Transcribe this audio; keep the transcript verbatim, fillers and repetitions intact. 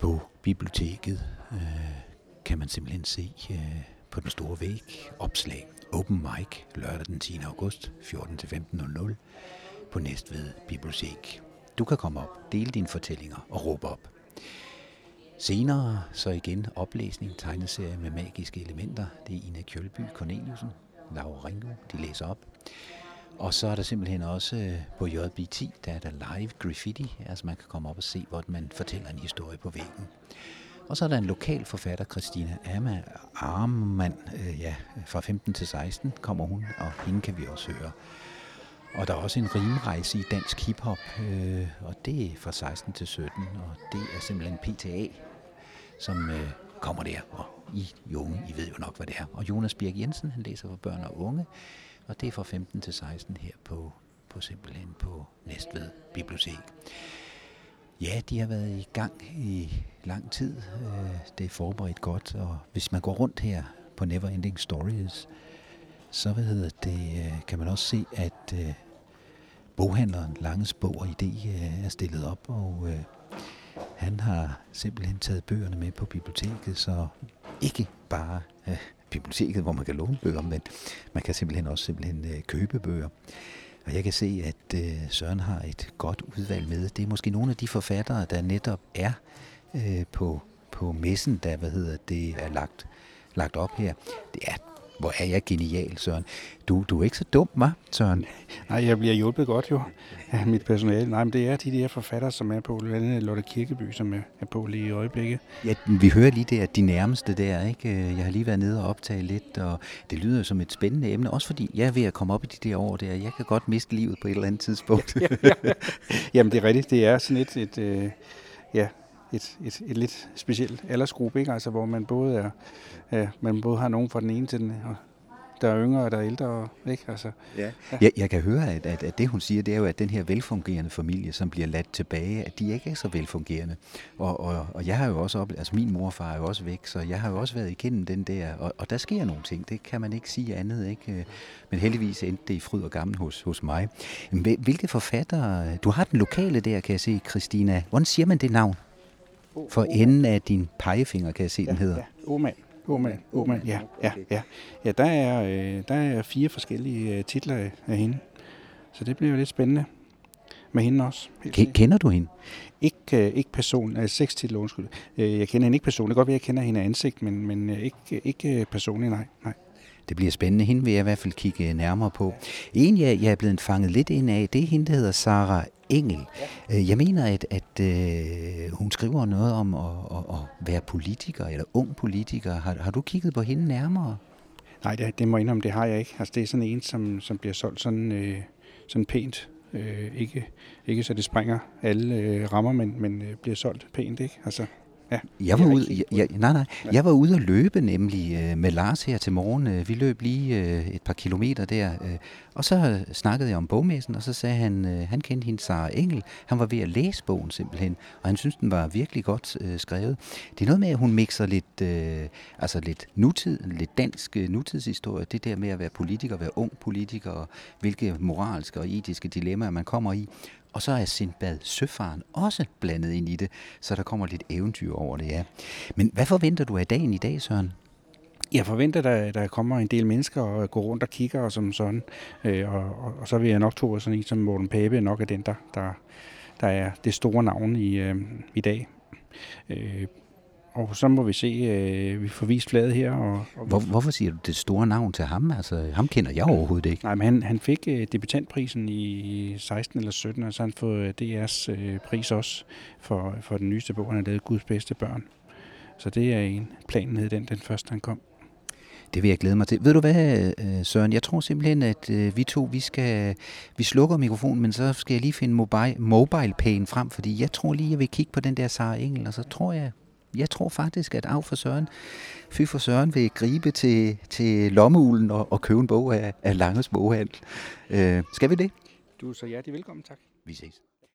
På biblioteket øh, kan man simpelthen se øh, på den store væg opslag Open Mic lørdag den tiende august fjorten til femten nul nul på Næstved Bibliotek. Du kan komme op, dele dine fortællinger og råbe op. Senere så igen oplæsning, tegneserie med magiske elementer. Det er Ina Kjølby Corneliusen, Laura Ringo, de læser op. Og så er der simpelthen også øh, på J B ti, der er der live graffiti, altså man kan komme op og se, hvor man fortæller en historie på væggen. Og så er der en lokal forfatter, Christina Amma Armand, øh, ja, fra femten til seksten kommer hun, og hende kan vi også høre. Og der er også en rimrejse i dansk hiphop, øh, og det er fra seksten til sytten, og det er simpelthen P T A, som øh, kommer der. Og I unge, I ved jo nok, hvad det er. Og Jonas Birk Jensen, han læser for børn og unge, og det er fra femten til seksten her på, på simpelthen på Næstved Bibliotek. Ja, de har været i gang i lang tid. Det er forberedt godt, og hvis man går rundt her på Neverending Stories, så hvad hedder det, kan man også se, at boghandleren Langes Bog og Idé er stillet op, og han har simpelthen taget bøgerne med på biblioteket, så ikke bare øh, biblioteket, hvor man kan låne bøger, men man kan simpelthen også simpelthen øh, købe bøger. Og jeg kan se, at øh, Søren har et godt udvalg med. Det er måske nogle af de forfattere, der netop er øh, på, på messen, der hvad hedder det, er lagt, lagt op her. Det er, hvor er jeg genial, Søren. Du, du er ikke så dum, hva', Søren? Nej, jeg bliver hjulpet godt jo af mit personale. Nej, men det er de der forfattere, som er på, blandt andet Lotte Kirkeby, som er på lige i øjeblikket. Ja, vi hører lige det, at de nærmeste der, ikke? Jeg har lige været nede og optage lidt, og det lyder som et spændende emne, også fordi jeg er ved at komme op i de der år der. Jeg kan godt miste livet på et eller andet tidspunkt. ja, ja, ja. Jamen, det er rigtigt. Det er sådan et, et, et ja, et, et, et lidt specielt aldersgruppe, ikke? Altså, hvor man både er, ja, man både har nogen fra den ene til den og der er yngre, og der er ældre, ikke? Altså, ja. Ja. Jeg, jeg kan høre, at, at, at det hun siger, det er jo, at den her velfungerende familie, som bliver ladt tilbage, at de ikke er så velfungerende. Og, og, og jeg har jo også oplevet, altså min morfar er jo også væk, så jeg har jo også været igennem den der, og, og der sker nogle ting, det kan man ikke sige andet, ikke? Men heldigvis endte det i fryd og gammel hos, hos mig. Hvilke forfattere, du har den lokale der, kan jeg se, Christina, hvordan siger man det navn? For enden af din pegefinger, kan jeg se, den hedder. Ja, Oman. Åmand, Åmand, ja, ja, ja. Ja, der er, øh, der er fire forskellige øh, titler af, af hende. Så det bliver jo lidt spændende med hende også. K- kender du hende? Ikke, øh, ikke personligt, altså seks titler, undskyld. Øh, jeg kender hende ikke personligt. Det kan godt være, jeg kender hende af ansigt, men, men øh, ikke, ikke personligt, nej, nej. Det bliver spændende. Hende vil jeg i hvert fald kigge nærmere på. En, jeg, jeg er blevet fanget lidt ind af, det er hende, der hedder Sara Engel. Jeg mener, at, at øh, hun skriver noget om at, at, at være politiker, eller ung politiker. Har, har du kigget på hende nærmere? Nej, det, det må jeg indrømme, det har jeg ikke. Altså, det er sådan en, som, som bliver solgt sådan, øh, sådan pænt. Øh, ikke, ikke så det springer alle øh, rammer, men, men øh, bliver solgt pænt, ikke? Altså... Ja, jeg var ude, jeg, jeg, nej, nej, jeg var ude at løbe nemlig øh, med Lars her til morgen. Øh, vi løb lige øh, et par kilometer der, øh, og så snakkede jeg om bogmessen, og så sagde han, øh, han kendte hende Sara Engel. Han var ved at læse bogen simpelthen, og han syntes, den var virkelig godt øh, skrevet. Det er noget med, at hun mixer lidt, øh, altså lidt nutid, lidt dansk øh, nutidshistorie. Det der med at være politiker, være ung politiker, og hvilke moralske og etiske dilemmaer man kommer i. Og så er Sindbad Søfaren også blandet ind i det, så der kommer lidt eventyr over det, ja. Men hvad forventer du af dagen i dag, Søren? Jeg forventer, at der kommer en del mennesker og går rundt og kigger og som sådan. Øh, og, og, og så vil jeg nok tro, at sådan en som Morten Pape nok er den, der, der, der er det store navn i, øh, i dag. Øh, Og så må vi se, øh, vi får vist flaget her. Og, og Hvor, hvorfor siger du det store navn til ham? Altså, ham kender jeg overhovedet ikke. Nej, men han, han fik øh, debutantprisen i seksten eller sytten, og så har han fået D R's øh, pris også for, for den nyeste bog, han har lavet, Guds bedste børn. Så det er en planen hed den, den første han kom. Det vil jeg glæde mig til. Ved du hvad, Søren? Jeg tror simpelthen, at vi to, vi skal, vi slukker mikrofonen, men så skal jeg lige finde mobile, mobile-payen frem, fordi jeg tror lige, jeg vil kigge på den der Sara Engel, og så tror jeg, Jeg tror faktisk, at Af for Søren, Fy for Søren vil gribe til, til lommeulen og, og købe en bog af, af Langes boghandel. Øh, skal vi det? Du er så hjertelig velkommen, tak. Vi ses.